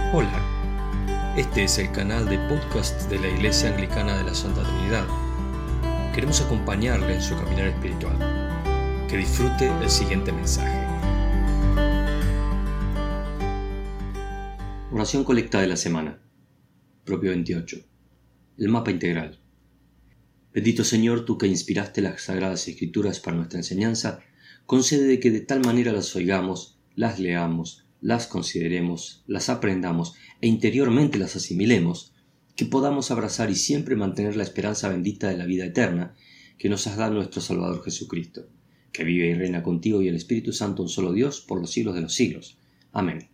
Hola, este es el canal de podcast de la Iglesia Anglicana de la Santa Trinidad. Queremos acompañarle en su caminar espiritual. Que disfrute el siguiente mensaje. Oración colecta de la semana. Propio 28. El mapa integral. Bendito Señor, tú que inspiraste las Sagradas Escrituras para nuestra enseñanza, concede que de tal manera las oigamos, las leamos, las consideremos, las aprendamos e interiormente las asimilemos, que podamos abrazar y siempre mantener la esperanza bendita de la vida eterna que nos has dado nuestro Salvador Jesucristo, que vive y reina contigo y el Espíritu Santo, un solo Dios, por los siglos de los siglos. Amén.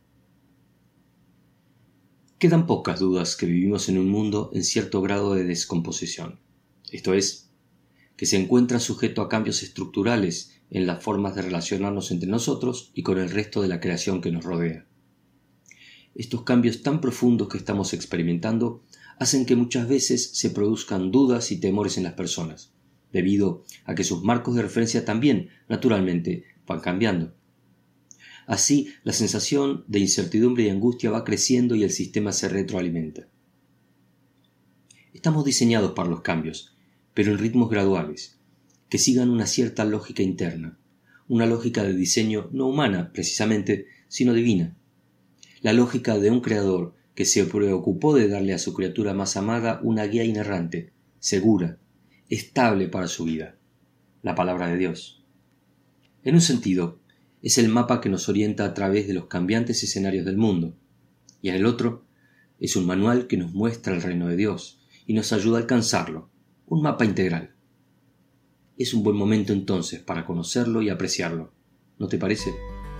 Quedan pocas dudas que vivimos en un mundo en cierto grado de descomposición, esto es, que se encuentra sujeto a cambios estructurales en las formas de relacionarnos entre nosotros y con el resto de la creación que nos rodea. Estos cambios tan profundos que estamos experimentando hacen que muchas veces se produzcan dudas y temores en las personas, debido a que sus marcos de referencia también, naturalmente, van cambiando. Así, la sensación de incertidumbre y angustia va creciendo y el sistema se retroalimenta. Estamos diseñados para los cambios, pero en ritmos graduales, que sigan una cierta lógica interna, una lógica de diseño no humana, precisamente, sino divina. La lógica de un creador que se preocupó de darle a su criatura más amada una guía inerrante, segura, estable para su vida, la palabra de Dios. En un sentido, es el mapa que nos orienta a través de los cambiantes escenarios del mundo, y en el otro, es un manual que nos muestra el reino de Dios y nos ayuda a alcanzarlo, un mapa integral. Es un buen momento entonces para conocerlo y apreciarlo, ¿no te parece?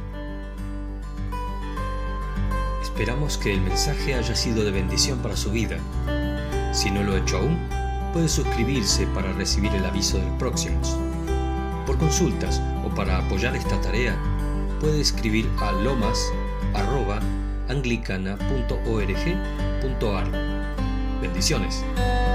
Esperamos que el mensaje haya sido de bendición para su vida. Si no lo ha hecho aún, puede suscribirse para recibir el aviso de los próximos. Por consultas o para apoyar esta tarea, puede escribir a lomas@anglicana.org.ar. Bendiciones.